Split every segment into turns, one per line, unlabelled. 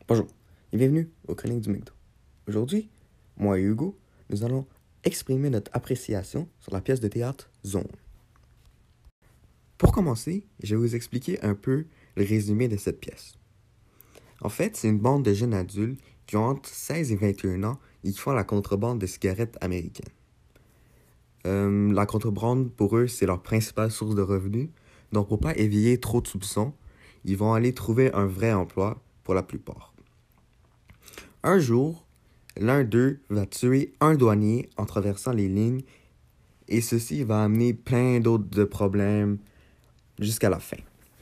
Bonjour et bienvenue aux Chroniques du McDo. Aujourd'hui, moi et Hugo, nous allons exprimer notre appréciation sur la pièce de théâtre Zone. Pour commencer, je vais vous expliquer un peu le résumé de cette pièce. En fait, c'est une bande de jeunes adultes qui ont entre 16 et 21 ans et qui font la contrebande de cigarettes américaines. La contrebande, pour eux, c'est leur principale source de revenus. Donc, pour pas éveiller trop de soupçons, ils vont aller trouver un vrai emploi pour la plupart. Un jour, l'un d'eux va tuer un douanier en traversant les lignes et ceci va amener plein d'autres problèmes jusqu'à la fin.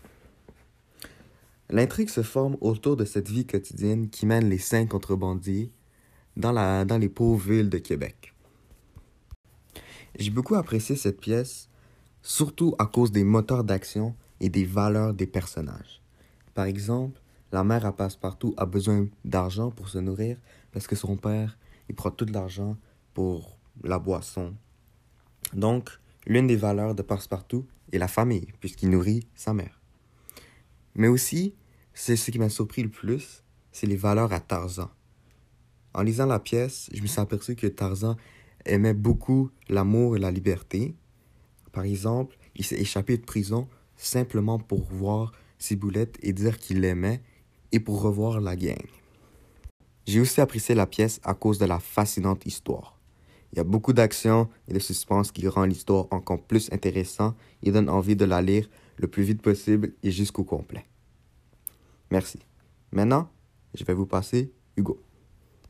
L'intrigue se forme autour de cette vie quotidienne qui mène les 5 contrebandiers dans les pauvres villes de Québec. J'ai beaucoup apprécié cette pièce, surtout à cause des moteurs d'action et des valeurs des personnages. Par exemple, la mère à Passepartout a besoin d'argent pour se nourrir parce que son père, il prend tout l'argent pour la boisson. Donc, l'une des valeurs de Passepartout est la famille, puisqu'il nourrit sa mère. Mais aussi, c'est ce qui m'a surpris le plus, c'est les valeurs à Tarzan. En lisant la pièce, je me suis aperçu que Tarzan aimait beaucoup l'amour et la liberté. Par exemple, il s'est échappé de prison simplement pour voir Ciboulette et dire qu'il l'aimait et pour revoir la gang. J'ai aussi apprécié la pièce à cause de la fascinante histoire. Il y a beaucoup d'action et de suspense qui rend l'histoire encore plus intéressante et donne envie de la lire le plus vite possible et jusqu'au complet. Merci. Maintenant, je vais vous passer Hugo.